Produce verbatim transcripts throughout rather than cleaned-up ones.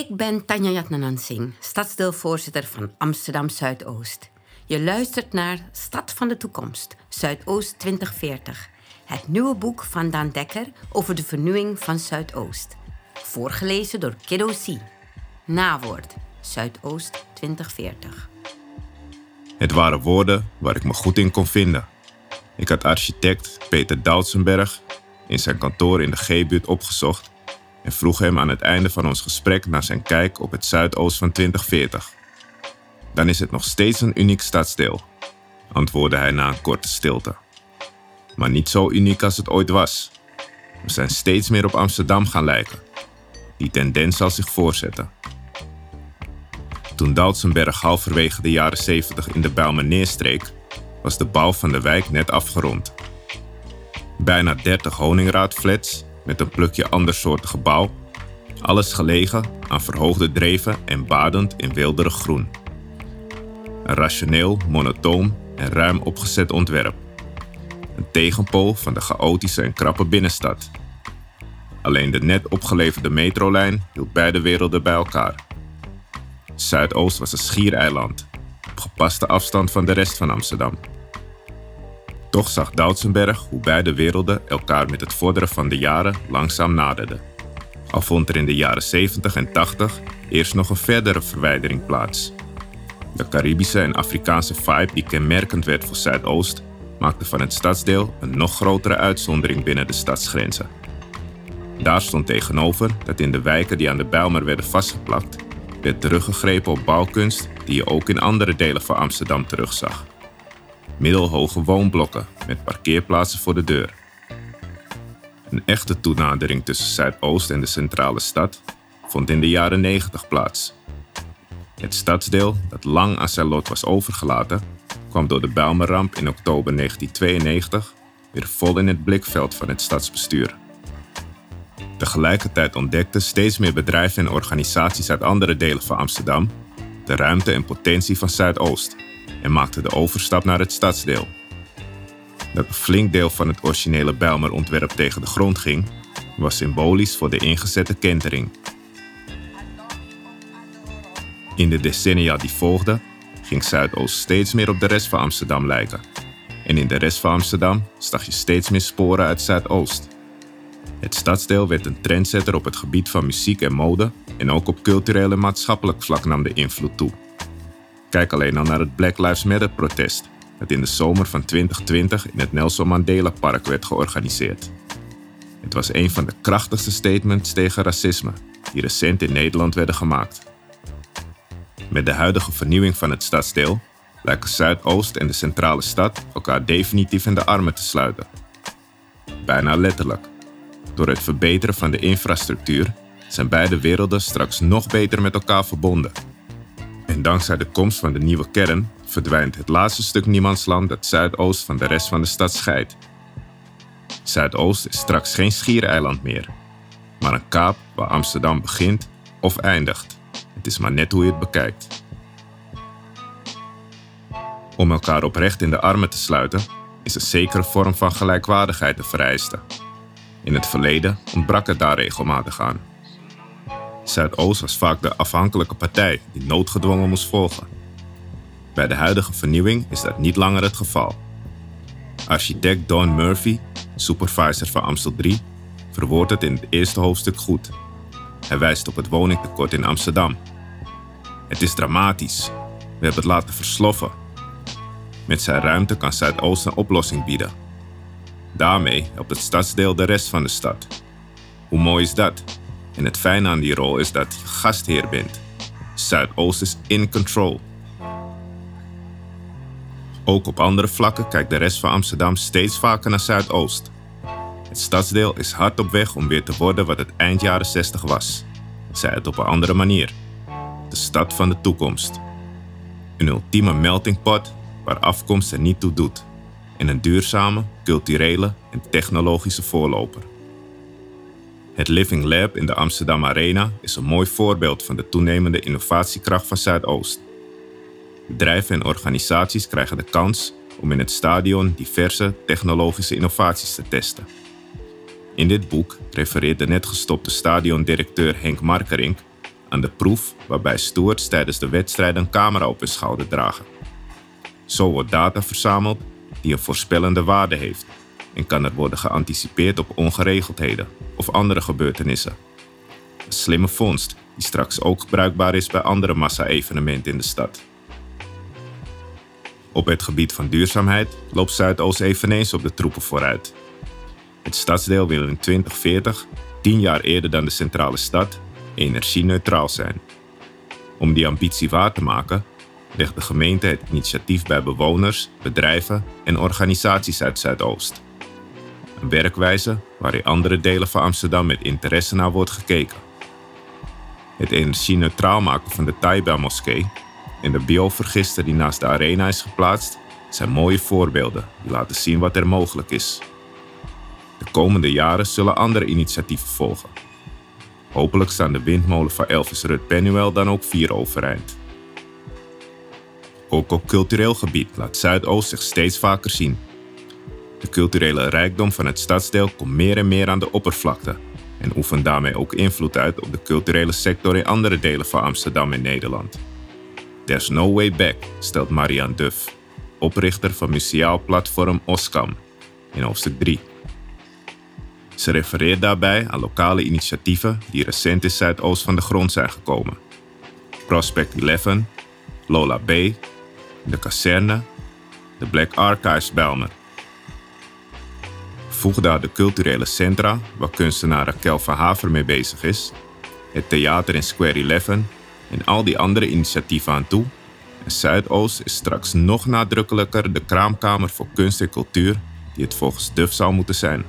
Ik ben Tanja Jatnanansing, stadsdeelvoorzitter van Amsterdam Zuidoost. Je luistert naar Stad van de Toekomst, Zuidoost twintig veertig. Het nieuwe boek van Daan Dekker over de vernieuwing van Zuidoost. Voorgelezen door Kiddo C. Nawoord, Zuidoost twintig veertig. Het waren woorden waar ik me goed in kon vinden. Ik had architect Peter Doutsenberg in zijn kantoor in de G-buurt opgezocht en vroeg hem aan het einde van ons gesprek naar zijn kijk op het Zuidoost van twintig veertig. Dan is het nog steeds een uniek stadsdeel, antwoordde hij na een korte stilte. Maar niet zo uniek als het ooit was. We zijn steeds meer op Amsterdam gaan lijken. Die tendens zal zich voortzetten. Toen Doutsenberg halverwege de jaren zeventig in de Bijlmer neerstreek, was de bouw van de wijk net afgerond. Bijna dertig honingraadflats met een plukje andersoortige bouw, alles gelegen aan verhoogde dreven en badend in weelderig groen. Een rationeel, monotoon en ruim opgezet ontwerp. Een tegenpool van de chaotische en krappe binnenstad. Alleen de net opgeleverde metrolijn hield beide werelden bij elkaar. Zuidoost was een schiereiland, op gepaste afstand van de rest van Amsterdam. Toch zag Doutsenberg hoe beide werelden elkaar met het vorderen van de jaren langzaam naderden. Al vond er in de jaren zeventig en tachtig eerst nog een verdere verwijdering plaats. De Caribische en Afrikaanse vibe die kenmerkend werd voor Zuidoost maakte van het stadsdeel een nog grotere uitzondering binnen de stadsgrenzen. Daar stond tegenover dat in de wijken die aan de Bijlmer werden vastgeplakt, werd teruggegrepen op bouwkunst die je ook in andere delen van Amsterdam terugzag. Middelhoge woonblokken met parkeerplaatsen voor de deur. Een echte toenadering tussen Zuidoost en de centrale stad vond in de jaren negentig plaats. Het stadsdeel, dat lang aan zijn lot was overgelaten, kwam door de Bijlmerramp in oktober negentien tweeënnegentig weer vol in het blikveld van het stadsbestuur. Tegelijkertijd ontdekten steeds meer bedrijven en organisaties uit andere delen van Amsterdam de ruimte en potentie van Zuidoost en maakten de overstap naar het stadsdeel. Dat een flink deel van het originele Bijlmer-ontwerp tegen de grond ging, was symbolisch voor de ingezette kentering. In de decennia die volgden, ging Zuidoost steeds meer op de rest van Amsterdam lijken. En in de rest van Amsterdam zag je steeds meer sporen uit Zuidoost. Het stadsdeel werd een trendsetter op het gebied van muziek en mode en ook op cultureel en maatschappelijk vlak nam de invloed toe. Kijk alleen al naar het Black Lives Matter-protest dat in de zomer van twintig twintig in het Nelson Mandela Park werd georganiseerd. Het was een van de krachtigste statements tegen racisme die recent in Nederland werden gemaakt. Met de huidige vernieuwing van het stadsdeel lijken Zuidoost en de centrale stad elkaar definitief in de armen te sluiten. Bijna letterlijk. Door het verbeteren van de infrastructuur zijn beide werelden straks nog beter met elkaar verbonden. En dankzij de komst van de nieuwe kern verdwijnt het laatste stuk niemandsland dat Zuidoost van de rest van de stad scheidt. Zuidoost is straks geen schiereiland meer, maar een kaap waar Amsterdam begint of eindigt. Het is maar net hoe je het bekijkt. Om elkaar oprecht in de armen te sluiten is een zekere vorm van gelijkwaardigheid te vereisten. In het verleden ontbrak het daar regelmatig aan. Zuidoost was vaak de afhankelijke partij die noodgedwongen moest volgen. Bij de huidige vernieuwing is dat niet langer het geval. Architect Don Murphy, supervisor van Amstel drie, verwoordt het in het eerste hoofdstuk goed. Hij wijst op het woningtekort in Amsterdam. Het is dramatisch. We hebben het laten versloffen. Met zijn ruimte kan Zuidoost een oplossing bieden. Daarmee helpt het stadsdeel de rest van de stad. Hoe mooi is dat? En het fijne aan die rol is dat je gastheer bent. Zuidoost is in control. Ook op andere vlakken kijkt de rest van Amsterdam steeds vaker naar Zuidoost. Het stadsdeel is hard op weg om weer te worden wat het eind jaren zestig was. Zij het op een andere manier. De stad van de toekomst. Een ultieme melting pot waar afkomst er niet toe doet. En een duurzame, culturele en technologische voorloper. Het Living Lab in de Amsterdam Arena is een mooi voorbeeld van de toenemende innovatiekracht van Zuidoost. Bedrijven en organisaties krijgen de kans om in het stadion diverse technologische innovaties te testen. In dit boek refereert de net gestopte stadiondirecteur Henk Markerink aan de proef waarbij stewards tijdens de wedstrijd een camera op hun schouder dragen. Zo wordt data verzameld die een voorspellende waarde heeft en kan er worden geanticipeerd op ongeregeldheden of andere gebeurtenissen. Een slimme vondst die straks ook bruikbaar is bij andere massa-evenementen in de stad. Op het gebied van duurzaamheid loopt Zuidoost eveneens op de troepen vooruit. Het stadsdeel wil in twintig veertig, tien jaar eerder dan de centrale stad, energie-neutraal zijn. Om die ambitie waar te maken, legt de gemeente het initiatief bij bewoners, bedrijven en organisaties uit Zuidoost. Een werkwijze waar in andere delen van Amsterdam met interesse naar wordt gekeken. Het energie-neutraal maken van de Taiba-moskee en de biovergister die naast de arena is geplaatst, zijn mooie voorbeelden die laten zien wat er mogelijk is. De komende jaren zullen andere initiatieven volgen. Hopelijk staan de windmolen van Elvis Rut Penuel dan ook vier overeind. Ook op cultureel gebied laat Zuidoost zich steeds vaker zien. De culturele rijkdom van het stadsdeel komt meer en meer aan de oppervlakte en oefent daarmee ook invloed uit op de culturele sector in andere delen van Amsterdam en Nederland. There's no way back, stelt Marianne Duff, oprichter van museaal platform Oskam, in hoofdstuk drie. Ze refereert daarbij aan lokale initiatieven die recent in Zuidoost van de grond zijn gekomen. Prospect elf, Lola B, de Kazerne, de Black Archives Bijlmer. Voeg daar de culturele centra, waar kunstenaar Raquel van Haver mee bezig is, het theater in Square elf en al die andere initiatieven aan toe. En Zuidoost is straks nog nadrukkelijker de kraamkamer voor kunst en cultuur die het volgens Duff zou moeten zijn.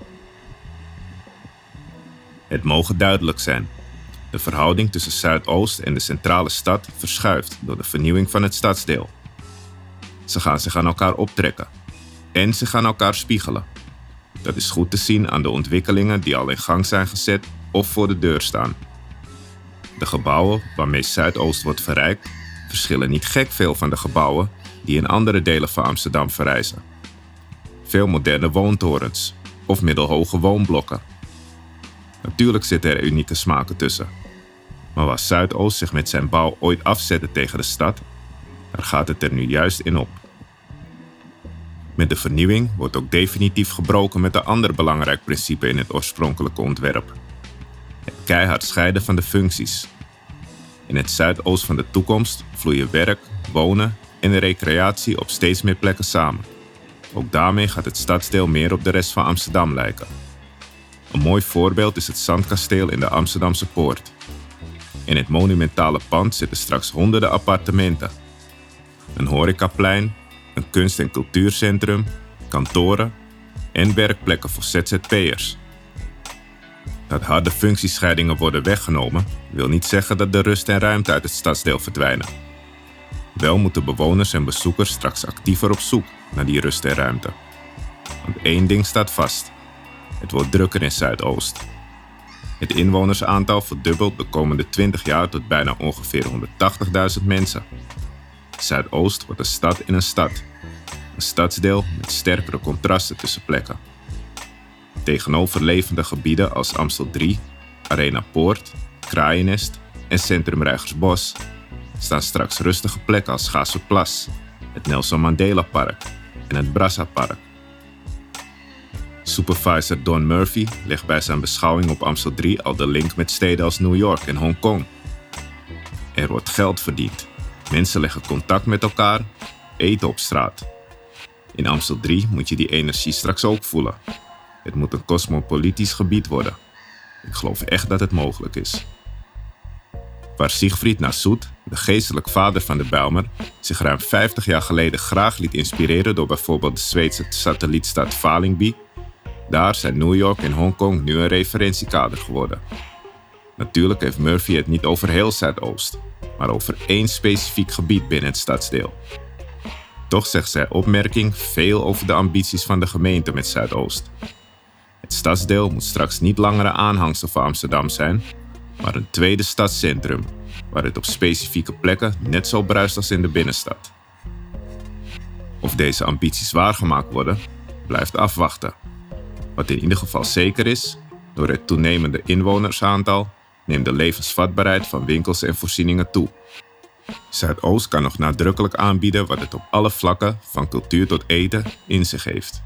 Het mogen duidelijk zijn. De verhouding tussen Zuidoost en de centrale stad verschuift door de vernieuwing van het stadsdeel. Ze gaan zich aan elkaar optrekken en ze gaan elkaar spiegelen. Dat is goed te zien aan de ontwikkelingen die al in gang zijn gezet of voor de deur staan. De gebouwen waarmee Zuidoost wordt verrijkt, verschillen niet gek veel van de gebouwen die in andere delen van Amsterdam verrijzen. Veel moderne woontorens of middelhoge woonblokken. Natuurlijk zitten er unieke smaken tussen. Maar waar Zuidoost zich met zijn bouw ooit afzette tegen de stad, daar gaat het er nu juist in op. Met de vernieuwing wordt ook definitief gebroken met een ander belangrijk principe in het oorspronkelijke ontwerp. Het keihard scheiden van de functies. In het Zuidoost van de toekomst vloeien werk, wonen en recreatie op steeds meer plekken samen. Ook daarmee gaat het stadsdeel meer op de rest van Amsterdam lijken. Een mooi voorbeeld is het Zandkasteel in de Amsterdamse Poort. In het monumentale pand zitten straks honderden appartementen. Een horecaplein, een kunst- en cultuurcentrum, kantoren en werkplekken voor Z Z P'ers. Dat harde functiescheidingen worden weggenomen, wil niet zeggen dat de rust en ruimte uit het stadsdeel verdwijnen. Wel moeten bewoners en bezoekers straks actiever op zoek naar die rust en ruimte. Want één ding staat vast. Het wordt drukker in Zuidoost. Het inwonersaantal verdubbelt de komende twintig jaar tot bijna ongeveer honderdtachtigduizend mensen. Zuidoost wordt een stad in een stad. Een stadsdeel met sterkere contrasten tussen plekken. Tegenover levende gebieden als Amstel drie, Arena Poort, Kraaiennest en Centrum Ruigersbos staan straks rustige plekken als Gaasserplas, het Nelson Mandela Park en het Brassa Park. Supervisor Don Murphy legt bij zijn beschouwing op Amstel drie al de link met steden als New York en Hongkong. Er wordt geld verdiend. Mensen leggen contact met elkaar, eten op straat. In Amstel drie moet je die energie straks ook voelen. Het moet een cosmopolitisch gebied worden. Ik geloof echt dat het mogelijk is. Waar Siegfried Nassoud, de geestelijk vader van de Bijlmer, zich ruim vijftig jaar geleden graag liet inspireren door bijvoorbeeld de Zweedse satellietstad Falingby, daar zijn New York en Hongkong nu een referentiekader geworden. Natuurlijk heeft Murphy het niet over heel Zuidoost, maar over één specifiek gebied binnen het stadsdeel. Toch zegt zijn opmerking veel over de ambities van de gemeente met Zuidoost. Het stadsdeel moet straks niet langer een aanhangsel van Amsterdam zijn, maar een tweede stadscentrum, waar het op specifieke plekken net zo bruist als in de binnenstad. Of deze ambities waargemaakt worden, blijft afwachten. Wat in ieder geval zeker is, door het toenemende inwonersaantal neemt de levensvatbaarheid van winkels en voorzieningen toe. Zuidoost kan nog nadrukkelijk aanbieden wat het op alle vlakken, van cultuur tot eten, in zich heeft.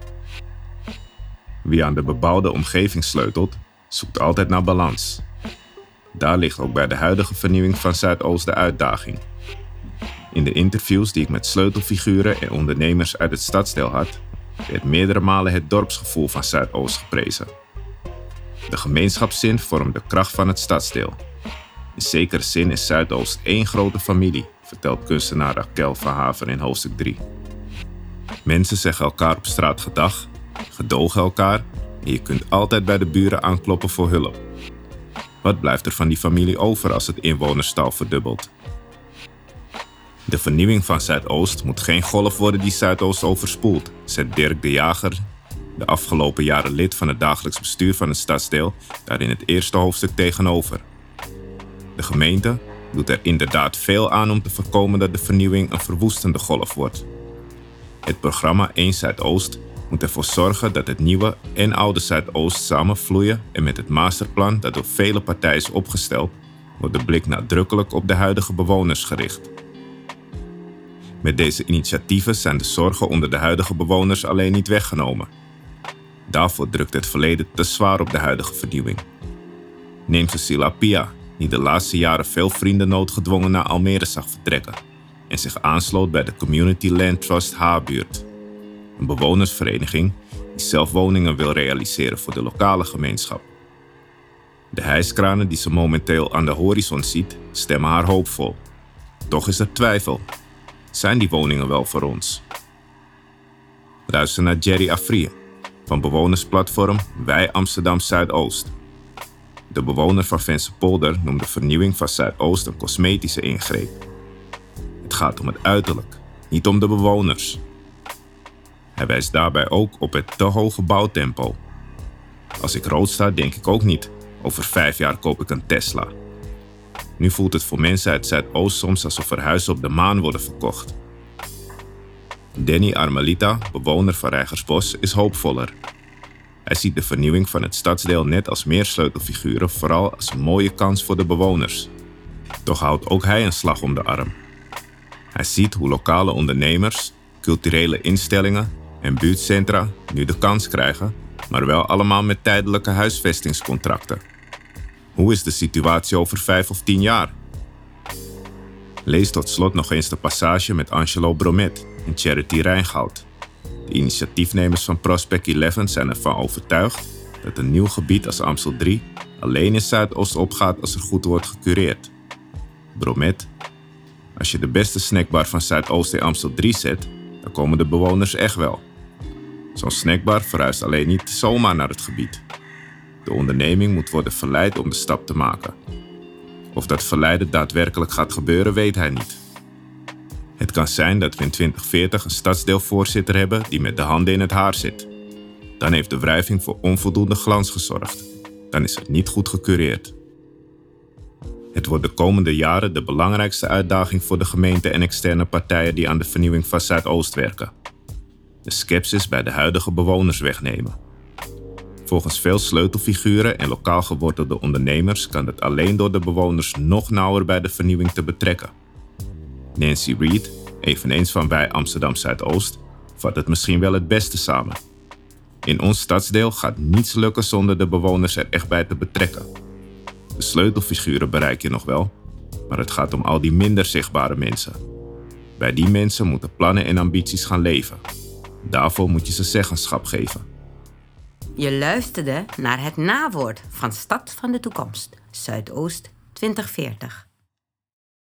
Wie aan de bebouwde omgeving sleutelt, zoekt altijd naar balans. Daar ligt ook bij de huidige vernieuwing van Zuidoost de uitdaging. In de interviews die ik met sleutelfiguren en ondernemers uit het stadsdeel had, werd meerdere malen het dorpsgevoel van Zuidoost geprezen. De gemeenschapszin vormt de kracht van het stadsdeel. In zekere zin is Zuidoost één grote familie, vertelt kunstenaar Raquel van Haver in hoofdstuk drie. Mensen zeggen elkaar op straat gedag, gedogen elkaar en je kunt altijd bij de buren aankloppen voor hulp. Wat blijft er van die familie over als het inwonerstal verdubbelt? De vernieuwing van Zuidoost moet geen golf worden die Zuidoost overspoelt, zet Dirk de Jager, de afgelopen jaren lid van het dagelijks bestuur van het stadsdeel, daar in het eerste hoofdstuk tegenover. De gemeente doet er inderdaad veel aan om te voorkomen dat de vernieuwing een verwoestende golf wordt. Het programma één Zuidoost moet ervoor zorgen dat het nieuwe en oude Zuidoost samenvloeien en met het masterplan dat door vele partijen is opgesteld, wordt de blik nadrukkelijk op de huidige bewoners gericht. Met deze initiatieven zijn de zorgen onder de huidige bewoners alleen niet weggenomen. Daarvoor drukt het verleden te zwaar op de huidige vernieuwing. Neem Cecilia Pia, die de laatste jaren veel vrienden noodgedwongen naar Almere zag vertrekken en zich aansloot bij de Community Land Trust H-buurt. Een bewonersvereniging die zelf woningen wil realiseren voor de lokale gemeenschap. De hijskranen die ze momenteel aan de horizon ziet, stemmen haar hoopvol. Toch is er twijfel. Zijn die woningen wel voor ons? Luister naar Jerry Afrië van bewonersplatform Wij Amsterdam Zuidoost. De bewoner van Vensterpolder noemt de vernieuwing van Zuidoost een cosmetische ingreep. Het gaat om het uiterlijk, niet om de bewoners. Hij wijst daarbij ook op het te hoge bouwtempo. Als ik rood sta, denk ik ook niet, over vijf jaar koop ik een Tesla. Nu voelt het voor mensen uit Zuidoost soms alsof er huizen op de maan worden verkocht. Danny Armelita, bewoner van Rijgersbos, is hoopvoller. Hij ziet de vernieuwing van het stadsdeel net als meer sleutelfiguren vooral als een mooie kans voor de bewoners. Toch houdt ook hij een slag om de arm. Hij ziet hoe lokale ondernemers, culturele instellingen en buurtcentra nu de kans krijgen, maar wel allemaal met tijdelijke huisvestingscontracten. Hoe is de situatie over vijf of tien jaar? Lees tot slot nog eens de passage met Angelo Bromet en Charity Rijngoud. De initiatiefnemers van Prospect elf zijn ervan overtuigd dat een nieuw gebied als Amstel drie alleen in Zuidoost opgaat als er goed wordt gecureerd. Bromet: als je de beste snackbar van Zuidoost in Amstel drie zet, dan komen de bewoners echt wel. Zo'n snackbar verhuist alleen niet zomaar naar het gebied. De onderneming moet worden verleid om de stap te maken. Of dat verleiden daadwerkelijk gaat gebeuren, weet hij niet. Het kan zijn dat we in twintig veertig een stadsdeelvoorzitter hebben die met de handen in het haar zit. Dan heeft de wrijving voor onvoldoende glans gezorgd. Dan is het niet goed gecureerd. Het wordt de komende jaren de belangrijkste uitdaging voor de gemeente en externe partijen die aan de vernieuwing van Zuidoost werken. De scepsis bij de huidige bewoners wegnemen. Volgens veel sleutelfiguren en lokaal gewortelde ondernemers kan dat alleen door de bewoners nog nauwer bij de vernieuwing te betrekken. Nancy Reed, eveneens van Wij Amsterdam Zuidoost, vat het misschien wel het beste samen. In ons stadsdeel gaat niets lukken zonder de bewoners er echt bij te betrekken. De sleutelfiguren bereik je nog wel, maar het gaat om al die minder zichtbare mensen. Bij die mensen moeten plannen en ambities gaan leven. Daarvoor moet je ze zeggenschap geven. Je luisterde naar het nawoord van Stad van de Toekomst, Zuidoost twintig veertig.